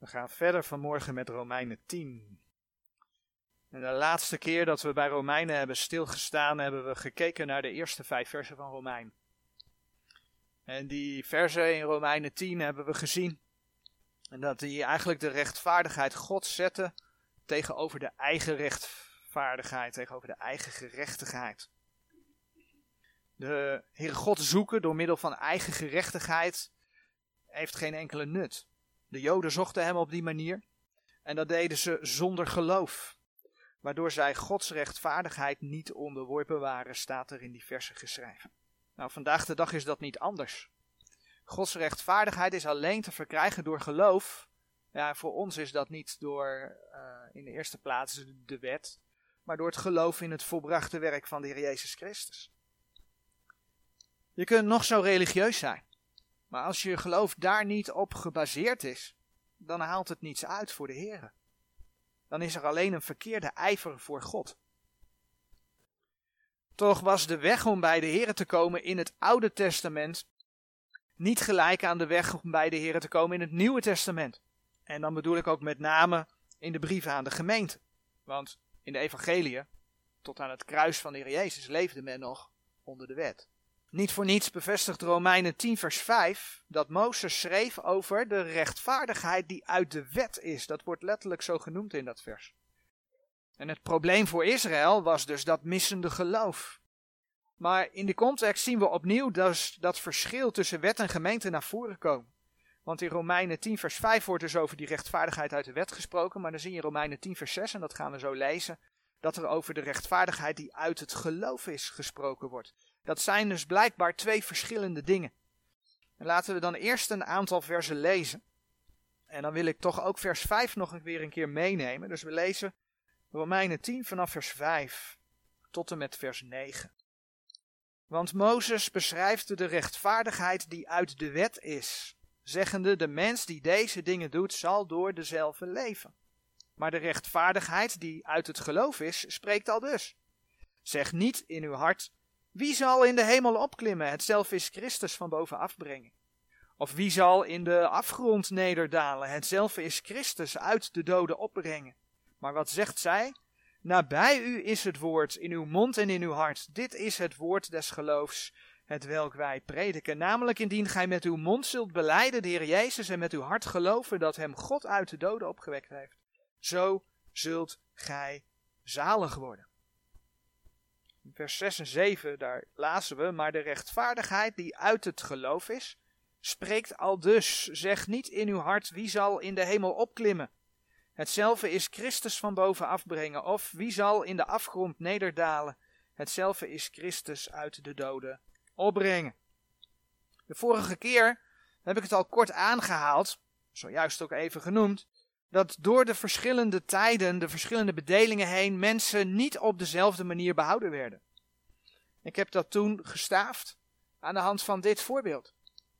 We gaan verder vanmorgen met Romeinen 10. En de laatste keer dat we bij Romeinen hebben stilgestaan, hebben we gekeken naar de eerste 5 versen van Romeinen. En die versen in Romeinen 10 hebben we gezien. En dat die eigenlijk de rechtvaardigheid Gods zetten tegenover de eigen rechtvaardigheid, tegenover de eigen gerechtigheid. De Heere God zoeken door middel van eigen gerechtigheid heeft geen enkele nut. De Joden zochten hem op die manier en dat deden ze zonder geloof. Waardoor zij Gods rechtvaardigheid niet onderworpen waren, staat er in die versen geschreven. Nou, vandaag de dag is dat niet anders. Gods rechtvaardigheid is alleen te verkrijgen door geloof. Ja, voor ons is dat niet door in de eerste plaats de wet, maar door het geloof in het volbrachte werk van de Heer Jezus Christus. Je kunt nog zo religieus zijn, maar als je geloof daar niet op gebaseerd is, dan haalt het niets uit voor de Heer. Dan is er alleen een verkeerde ijver voor God. Toch was de weg om bij de Heer te komen in het Oude Testament niet gelijk aan de weg om bij de Heer te komen in het Nieuwe Testament. En dan bedoel ik ook met name in de brieven aan de gemeente. Want in de evangeliën, tot aan het kruis van de Heer Jezus, leefde men nog onder de wet. Niet voor niets bevestigt Romeinen 10 vers 5 dat Mozes schreef over de rechtvaardigheid die uit de wet is. Dat wordt letterlijk zo genoemd in dat vers. En het probleem voor Israël was dus dat missende geloof. Maar in de context zien we opnieuw dus dat verschil tussen wet en gemeente naar voren komen. Want in Romeinen 10 vers 5 wordt dus over die rechtvaardigheid uit de wet gesproken. Maar dan zie je in Romeinen 10 vers 6, en dat gaan we zo lezen, dat er over de rechtvaardigheid die uit het geloof is gesproken wordt. Dat zijn dus blijkbaar 2 verschillende dingen. En laten we dan eerst een aantal versen lezen. En dan wil ik toch ook vers 5 nog weer een keer meenemen. Dus we lezen Romeinen 10 vanaf vers 5 tot en met vers 9. Want Mozes beschrijft de rechtvaardigheid die uit de wet is, zeggende: de mens die deze dingen doet, zal door dezelfde leven. Maar de rechtvaardigheid die uit het geloof is, spreekt al dus: zeg niet in uw hart: wie zal in de hemel opklimmen, hetzelfde is Christus van boven afbrengen? Of wie zal in de afgrond nederdalen, hetzelfde is Christus uit de doden opbrengen? Maar wat zegt zij? Nabij u is het woord, in uw mond en in uw hart. Dit is het woord des geloofs, hetwelk wij prediken. Namelijk indien gij met uw mond zult belijden de Heer Jezus en met uw hart geloven dat hem God uit de doden opgewekt heeft, zo zult gij zalig worden. In vers 6 en 7, daar lazen we: maar de rechtvaardigheid die uit het geloof is, spreekt aldus: zeg niet in uw hart: wie zal in de hemel opklimmen? Hetzelfde is Christus van boven afbrengen. Of wie zal in de afgrond nederdalen? Hetzelfde is Christus uit de doden opbrengen. De vorige keer heb ik het al kort aangehaald, zojuist ook even genoemd, dat door de verschillende tijden, de verschillende bedelingen heen, mensen niet op dezelfde manier behouden werden. Ik heb dat toen gestaafd aan de hand van dit voorbeeld.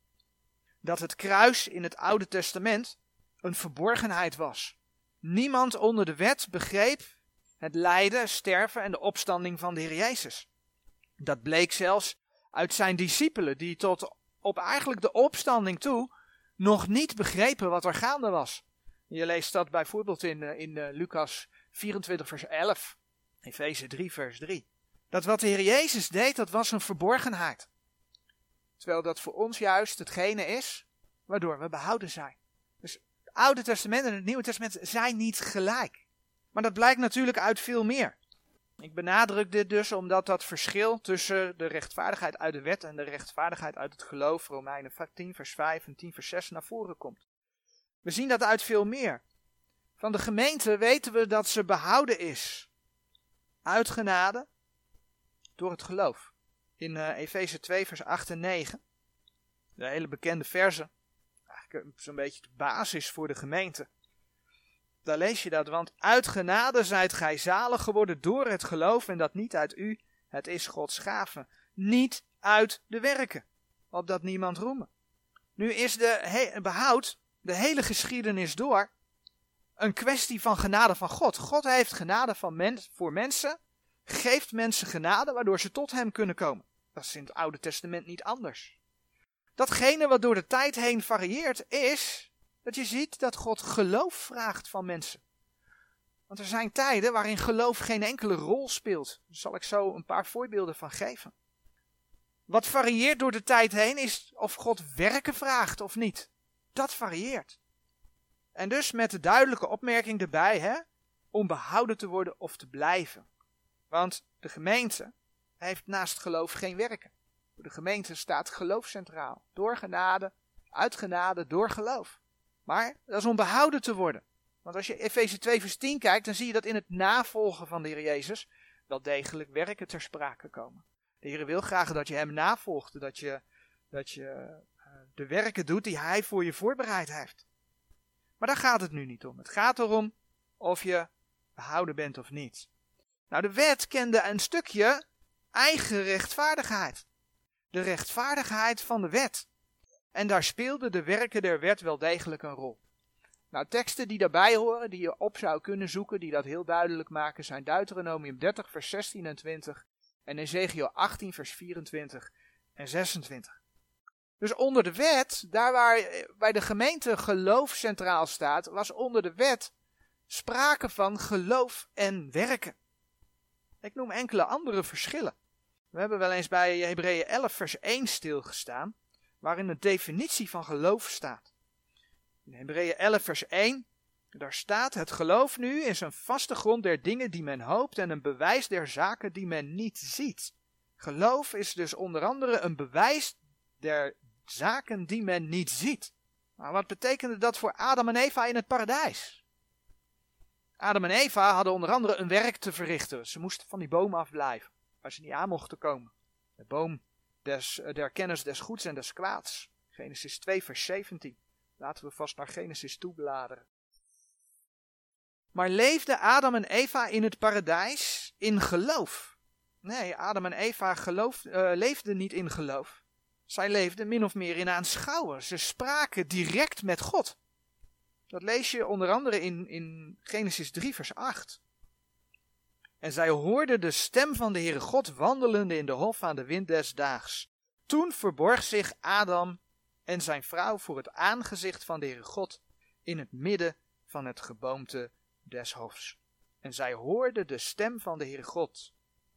Dat het kruis in het Oude Testament een verborgenheid was. Niemand onder de wet begreep het lijden, sterven en de opstanding van de Heer Jezus. Dat bleek zelfs uit zijn discipelen, die tot op eigenlijk de opstanding toe nog niet begrepen wat er gaande was. Je leest dat bijvoorbeeld in Lucas 24 vers 11, Efeze 3 vers 3. Dat wat de Heer Jezus deed, dat was een verborgenheid. Terwijl dat voor ons juist hetgene is waardoor we behouden zijn. Dus het Oude Testament en het Nieuwe Testament zijn niet gelijk. Maar dat blijkt natuurlijk uit veel meer. Ik benadruk dit dus omdat dat verschil tussen de rechtvaardigheid uit de wet en de rechtvaardigheid uit het geloof, Romeinen 10 vers 5 en 10 vers 6, naar voren komt. We zien dat uit veel meer. Van de gemeente weten we dat ze behouden is. Uit genade door het geloof. In Efeze 2 vers 8 en 9. De hele bekende verzen. Eigenlijk zo'n beetje de basis voor de gemeente. Daar lees je dat. Want uit genade zijt gij zalig geworden door het geloof. En dat niet uit u. Het is Gods gave. Niet uit de werken. Opdat niemand roemen. Nu is de behoud, de hele geschiedenis door, een kwestie van genade van God. God heeft genade voor mensen. Geeft mensen genade waardoor ze tot hem kunnen komen. Dat is in het Oude Testament niet anders. Datgene wat door de tijd heen varieert is Dat je ziet dat God geloof vraagt van mensen. Want er zijn tijden waarin geloof geen enkele rol speelt. Daar zal ik zo een paar voorbeelden van geven. Wat varieert door de tijd heen is of God werken vraagt of niet. Dat varieert. En dus met de duidelijke opmerking erbij, om behouden te worden of te blijven. Want de gemeente heeft naast geloof geen werken. Voor de gemeente staat geloof centraal. Door genade, uit genade, door geloof. Maar dat is om behouden te worden. Want als je Efeze 2 vers 10 kijkt, dan zie je dat in het navolgen van de Heer Jezus wel degelijk werken ter sprake komen. De Heer wil graag dat je hem navolgt, dat je de werken doet die hij voor je voorbereid heeft. Maar daar gaat het nu niet om. Het gaat erom of je behouden bent of niet. Nou, de wet kende een stukje eigen rechtvaardigheid. De rechtvaardigheid van de wet. En daar speelden de werken der wet wel degelijk een rol. Nou, teksten die daarbij horen, die je op zou kunnen zoeken, die dat heel duidelijk maken, zijn Deuteronomium 30 vers 16 en 20 en Ezekiel 18 vers 24 en 26. Dus onder de wet, daar waar bij de gemeente geloof centraal staat, was onder de wet sprake van geloof en werken. Ik noem enkele andere verschillen. We hebben wel eens bij Hebreeën 11 vers 1 stilgestaan, waarin de definitie van geloof staat. In Hebreeën 11 vers 1, daar staat: het geloof nu is een vaste grond der dingen die men hoopt en een bewijs der zaken die men niet ziet. Geloof is dus onder andere een bewijs der zaken die men niet ziet. Maar wat betekende dat voor Adam en Eva in het paradijs? Adam en Eva hadden onder andere een werk te verrichten. Ze moesten van die boom afblijven, waar ze niet aan mochten komen. De boom der kennis des goeds en des kwaads. Genesis 2 vers 17. Laten we vast naar Genesis toe bladeren. Maar leefden Adam en Eva in het paradijs in geloof? Nee, Adam en Eva leefden niet in geloof. Zij leefden min of meer in aanschouwen. Ze spraken direct met God. Dat lees je onder andere in Genesis 3 vers 8. En zij hoorden de stem van de Heere God wandelende in de hof aan de wind des daags. Toen verborg zich Adam en zijn vrouw voor het aangezicht van de Heere God in het midden van het geboomte des hofs. En zij hoorden de stem van de Heere God.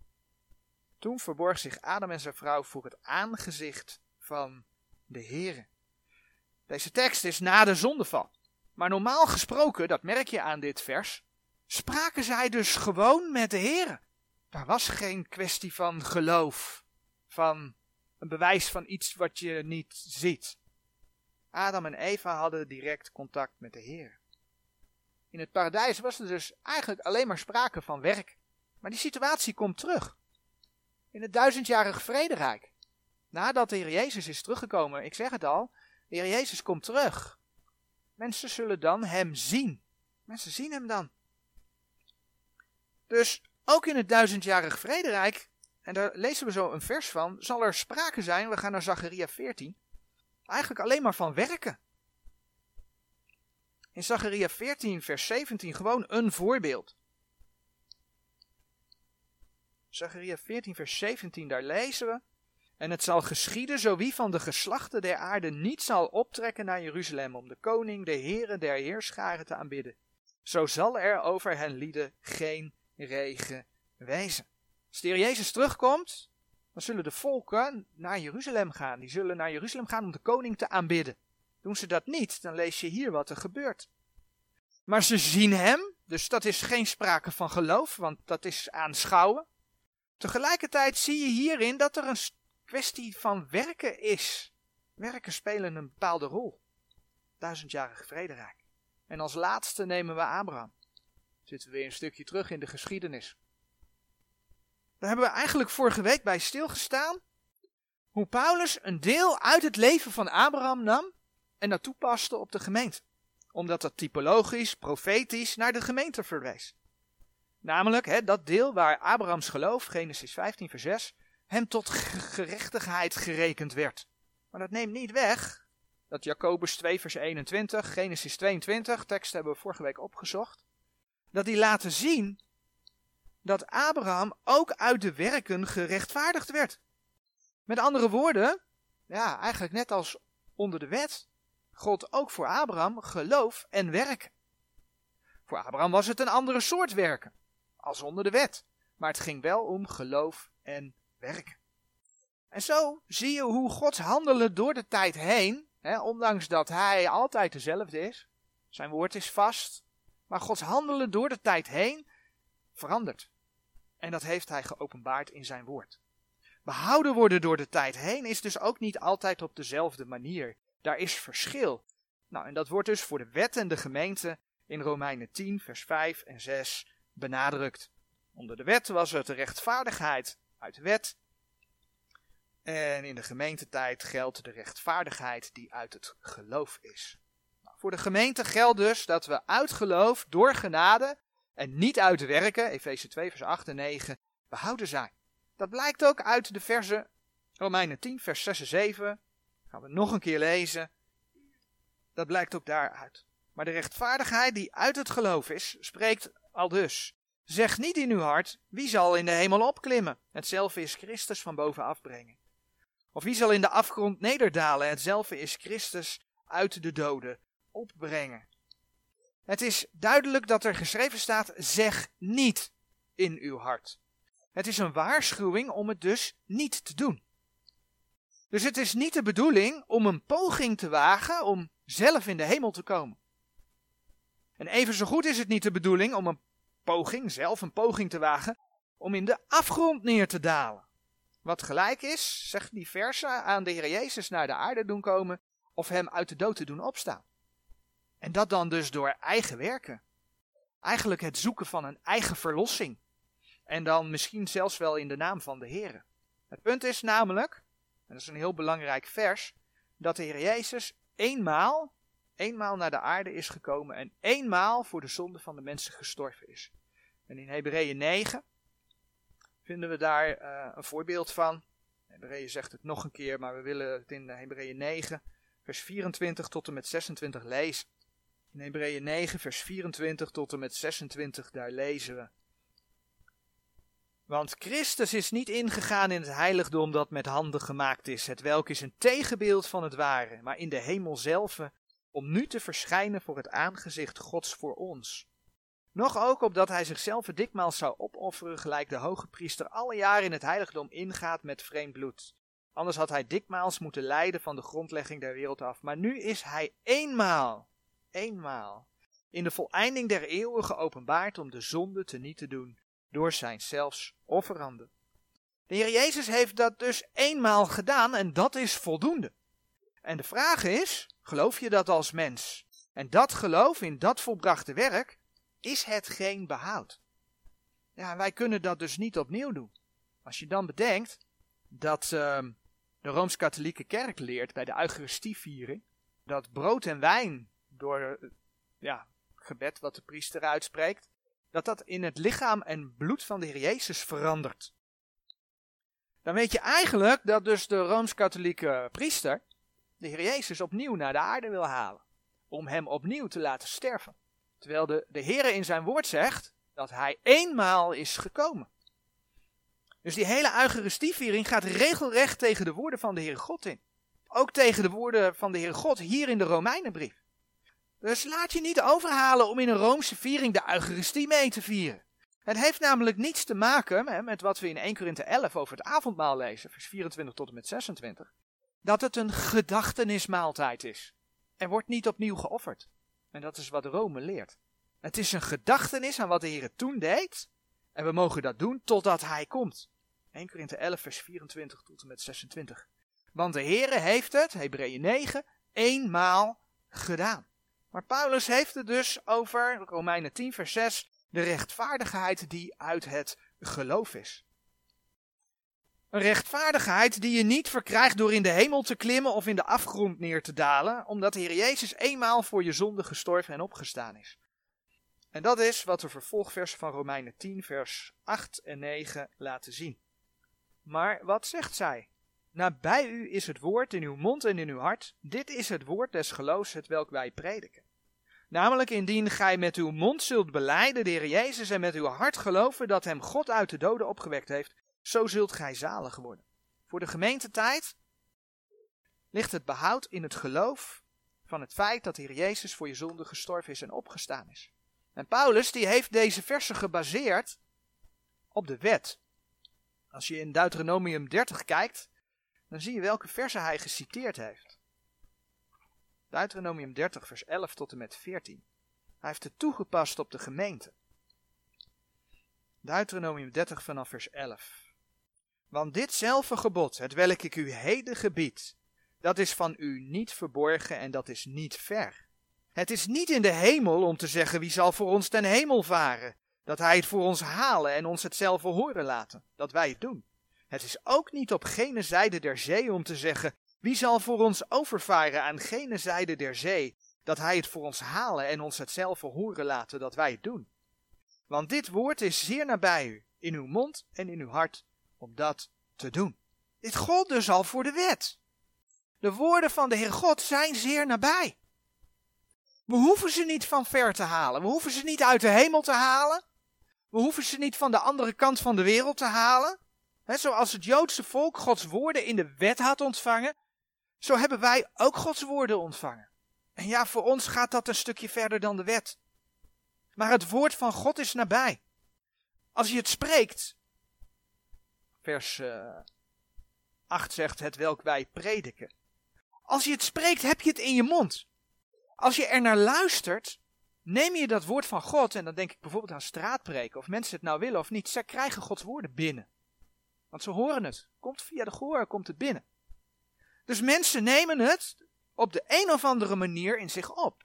Toen verborg zich Adam en zijn vrouw voor het aangezicht van de Heere. Deze tekst is na de zondeval. Maar normaal gesproken, dat merk je aan dit vers, spraken zij dus gewoon met de Heere. Daar was geen kwestie van geloof, van een bewijs van iets wat je niet ziet. Adam en Eva hadden direct contact met de Heere. In het paradijs was er dus eigenlijk alleen maar sprake van werk. Maar die situatie komt terug. In het 1000-jarig vrederijk. Nadat de Heer Jezus is teruggekomen, ik zeg het al, de Heer Jezus komt terug. Mensen zullen dan hem zien. Mensen zien hem dan. Dus ook in het 1000-jarig vrederijk, en daar lezen we zo een vers van, zal er sprake zijn, we gaan naar Zacharia 14, eigenlijk alleen maar van werken. In Zacharia 14 vers 17 gewoon een voorbeeld. Zacharia 14 vers 17, daar lezen we: en het zal geschieden, zo wie van de geslachten der aarde niet zal optrekken naar Jeruzalem om de koning, de Heere der heerscharen te aanbidden. Zo zal er over hen lieden geen regen wezen. Als de Heer Jezus terugkomt, dan zullen de volken naar Jeruzalem gaan. Die zullen naar Jeruzalem gaan om de koning te aanbidden. Doen ze dat niet, dan lees je hier wat er gebeurt. Maar ze zien hem, dus dat is geen sprake van geloof, want dat is aanschouwen. Tegelijkertijd zie je hierin dat er een kwestie van werken is. Werken spelen een bepaalde rol. 1000-jarig vrederijk. En als laatste nemen we Abraham. Zitten we weer een stukje terug in de geschiedenis. Daar hebben we eigenlijk vorige week bij stilgestaan. Hoe Paulus een deel uit het leven van Abraham nam en dat toepaste op de gemeente. Omdat dat typologisch, profetisch naar de gemeente verwees. Namelijk dat deel waar Abrahams geloof, Genesis 15 vers 6, hem tot gerechtigheid gerekend werd. Maar dat neemt niet weg dat Jacobus 2 vers 21, Genesis 22, tekst hebben we vorige week opgezocht, dat die laten zien dat Abraham ook uit de werken gerechtvaardigd werd. Met andere woorden, ja, eigenlijk net als onder de wet, gold ook voor Abraham geloof en werken. Voor Abraham was het een andere soort werken, als onder de wet. Maar het ging wel om geloof en werken. En zo zie je hoe Gods handelen door de tijd heen, ondanks dat hij altijd dezelfde is, zijn woord is vast, maar Gods handelen door de tijd heen verandert. En dat heeft hij geopenbaard in zijn woord. Behouden worden door de tijd heen is dus ook niet altijd op dezelfde manier. Daar is verschil. Nou, en dat wordt dus voor de wet en de gemeente in Romeinen 10, vers 5 en 6 benadrukt. Onder de wet was het de rechtvaardigheid uit de wet. En in de gemeentetijd geldt de rechtvaardigheid die uit het geloof is. Nou, voor de gemeente geldt dus dat we uit geloof, door genade en niet uit werken, Efeze 2, vers 8 en 9, behouden zijn. Dat blijkt ook uit de versen Romeinen 10, vers 6 en 7. Gaan we nog een keer lezen. Dat blijkt ook daaruit. Maar de rechtvaardigheid die uit het geloof is, spreekt aldus. Zeg niet in uw hart, wie zal in de hemel opklimmen? Hetzelfde is Christus van bovenaf brengen. Of wie zal in de afgrond nederdalen? Hetzelfde is Christus uit de doden opbrengen. Het is duidelijk dat er geschreven staat, zeg niet in uw hart. Het is een waarschuwing om het dus niet te doen. Dus het is niet de bedoeling om een poging te wagen om zelf in de hemel te komen. En even zo goed is het niet de bedoeling om zelf een poging te wagen om in de afgrond neer te dalen. Wat gelijk is, zegt die versen, aan de Heer Jezus naar de aarde doen komen of hem uit de dood te doen opstaan. En dat dan dus door eigen werken. Eigenlijk het zoeken van een eigen verlossing. En dan misschien zelfs wel in de naam van de Heer. Het punt is namelijk, en dat is een heel belangrijk vers, dat de Heer Jezus eenmaal naar de aarde is gekomen en eenmaal voor de zonde van de mensen gestorven is. En in Hebreeën 9 vinden we daar een voorbeeld van. Hebreeën zegt het nog een keer, maar we willen het in Hebreeën 9, vers 24 tot en met 26 lezen. In Hebreeën 9, vers 24 tot en met 26, daar lezen we. Want Christus is niet ingegaan in het heiligdom dat met handen gemaakt is, hetwelk is een tegenbeeld van het ware, maar in de hemel zelve, om nu te verschijnen voor het aangezicht Gods voor ons. Nog ook opdat hij zichzelf dikmaals zou opofferen, gelijk de hoge priester alle jaren in het heiligdom ingaat met vreemd bloed. Anders had hij dikmaals moeten lijden van de grondlegging der wereld af. Maar nu is hij eenmaal, in de voleinding der eeuwen geopenbaard om de zonde teniet te doen, door zijn zelfs offerande. De Heer Jezus heeft dat dus eenmaal gedaan en dat is voldoende. En de vraag is, geloof je dat als mens? En dat geloof in dat volbrachte werk, is het geen behoud? Ja, wij kunnen dat dus niet opnieuw doen. Als je dan bedenkt dat de Rooms-Katholieke Kerk leert bij de Eucharistieviering, dat brood en wijn door gebed wat de priester uitspreekt, dat in het lichaam en bloed van de Heer Jezus verandert. Dan weet je eigenlijk dat dus de Rooms-Katholieke priester de Heer Jezus opnieuw naar de aarde wil halen, om hem opnieuw te laten sterven. Terwijl de Heer in zijn woord zegt dat hij eenmaal is gekomen. Dus die hele Eucharistieviering gaat regelrecht tegen de woorden van de Heere God in. Ook tegen de woorden van de Heere God hier in de Romeinenbrief. Dus laat je niet overhalen om in een Roomse viering de Eucharistie mee te vieren. Het heeft namelijk niets te maken met wat we in 1 Korinthe 11 over het avondmaal lezen, vers 24 tot en met 26. Dat het een gedachtenismaaltijd is. Er wordt niet opnieuw geofferd. En dat is wat Rome leert. Het is een gedachtenis aan wat de Heer toen deed. En we mogen dat doen totdat hij komt. 1 Korinthe 11 vers 24 tot en met 26. Want de Heer heeft het, Hebreeën 9, eenmaal gedaan. Maar Paulus heeft het dus over, Romeinen 10 vers 6, de rechtvaardigheid die uit het geloof is. Een rechtvaardigheid die je niet verkrijgt door in de hemel te klimmen of in de afgrond neer te dalen, omdat de Heer Jezus eenmaal voor je zonde gestorven en opgestaan is. En dat is wat de vervolgversen van Romeinen 10 vers 8 en 9 laten zien. Maar wat zegt zij? Nabij u is het woord in uw mond en in uw hart. Dit is het woord des geloofs, hetwelk wij prediken. Namelijk indien gij met uw mond zult belijden de Heer Jezus en met uw hart geloven dat hem God uit de doden opgewekt heeft, zo zult gij zalig worden. Voor de gemeentetijd ligt het behoud in het geloof van het feit dat de Heer Jezus voor je zonde gestorven is en opgestaan is. En Paulus die heeft deze versen gebaseerd op de wet. Als je in Deuteronomium 30 kijkt, dan zie je welke versen hij geciteerd heeft. Deuteronomium 30 vers 11 tot en met 14. Hij heeft het toegepast op de gemeente. Deuteronomium 30 vanaf vers 11. Want ditzelfde gebod, hetwelk ik u heden gebied, dat is van u niet verborgen en dat is niet ver. Het is niet in de hemel om te zeggen wie zal voor ons ten hemel varen, dat hij het voor ons halen en ons hetzelfde horen laten, dat wij het doen. Het is ook niet op gene zijde der zee om te zeggen wie zal voor ons overvaren aan gene zijde der zee, dat hij het voor ons halen en ons hetzelfde horen laten, dat wij het doen. Want dit woord is zeer nabij u, in uw mond en in uw hart, om dat te doen. Dit gold dus al voor de wet. De woorden van de Heer God zijn zeer nabij. We hoeven ze niet van ver te halen. We hoeven ze niet uit de hemel te halen. We hoeven ze niet van de andere kant van de wereld te halen. Zoals het Joodse volk Gods woorden in de wet had ontvangen, zo hebben wij ook Gods woorden ontvangen. En ja, voor ons gaat dat een stukje verder dan de wet. Maar het woord van God is nabij. Als je het spreekt, vers 8 zegt het welk wij prediken. Als je het spreekt, heb je het in je mond. Als je er naar luistert, neem je dat woord van God, en dan denk ik bijvoorbeeld aan straatpreken, of mensen het nou willen of niet, ze krijgen Gods woorden binnen. Want ze horen het. Komt via de gehoor, komt het binnen. Dus mensen nemen het op de een of andere manier in zich op.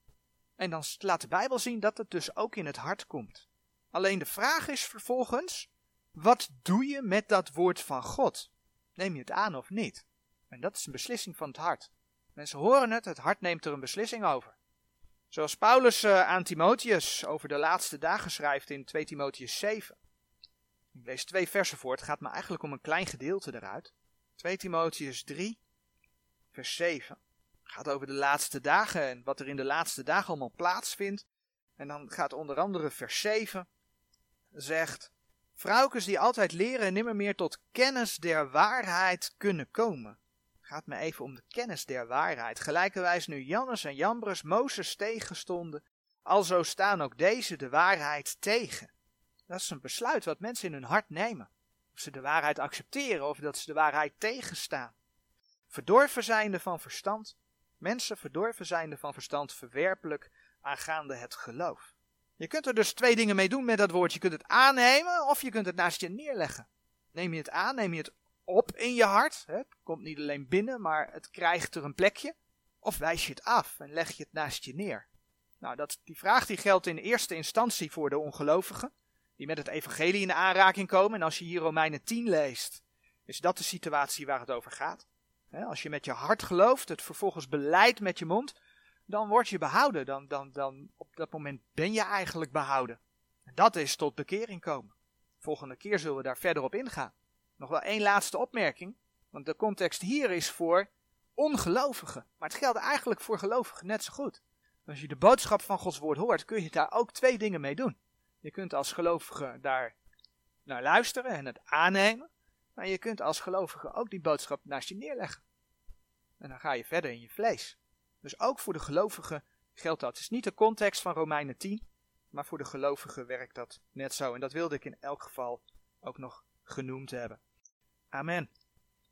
En dan laat de Bijbel zien dat het dus ook in het hart komt. Alleen de vraag is vervolgens, wat doe je met dat woord van God? Neem je het aan of niet? En dat is een beslissing van het hart. Mensen horen het hart neemt er een beslissing over. Zoals Paulus aan Timotheus over de laatste dagen schrijft in 2 Timotheus 7. Ik lees 2 versen voor, het gaat me eigenlijk om een klein gedeelte eruit. 2 Timotheus 3, vers 7. Het gaat over de laatste dagen en wat er in de laatste dagen allemaal plaatsvindt. En dan gaat onder andere vers 7, zegt: vrouwkes die altijd leren en nimmer meer tot kennis der waarheid kunnen komen. Het gaat me even om de kennis der waarheid. Gelijkerwijs nu Jannes en Jambres Mozes tegenstonden, alzo staan ook deze de waarheid tegen. Dat is een besluit wat mensen in hun hart nemen. Of ze de waarheid accepteren of dat ze de waarheid tegenstaan. Verdorven zijnde van verstand, mensen verdorven zijnde van verstand, verwerpelijk aangaande het geloof. Je kunt er dus 2 dingen mee doen met dat woord. Je kunt het aannemen of je kunt het naast je neerleggen. Neem je het aan, neem je het op in je hart. Het komt niet alleen binnen, maar het krijgt er een plekje. Of wijs je het af en leg je het naast je neer. Nou, die vraag die geldt in eerste instantie voor de ongelovigen, die met het evangelie in aanraking komen. En als je hier Romeinen 10 leest, is dat de situatie waar het over gaat. Als je met je hart gelooft, het vervolgens belijdt met je mond, dan word je behouden. Dan op dat moment ben je eigenlijk behouden. En dat is tot bekering komen. Volgende keer zullen we daar verder op ingaan. Nog wel 1 laatste opmerking, want de context hier is voor ongelovigen. Maar het geldt eigenlijk voor gelovigen net zo goed. Als je de boodschap van Gods woord hoort, kun je daar ook 2 dingen mee doen. Je kunt als gelovige daar naar luisteren en het aannemen. Maar je kunt als gelovige ook die boodschap naast je neerleggen. En dan ga je verder in je vlees. Dus ook voor de gelovigen geldt dat. Het is niet de context van Romeinen 10, maar voor de gelovigen werkt dat net zo. En dat wilde ik in elk geval ook nog genoemd hebben. Amen.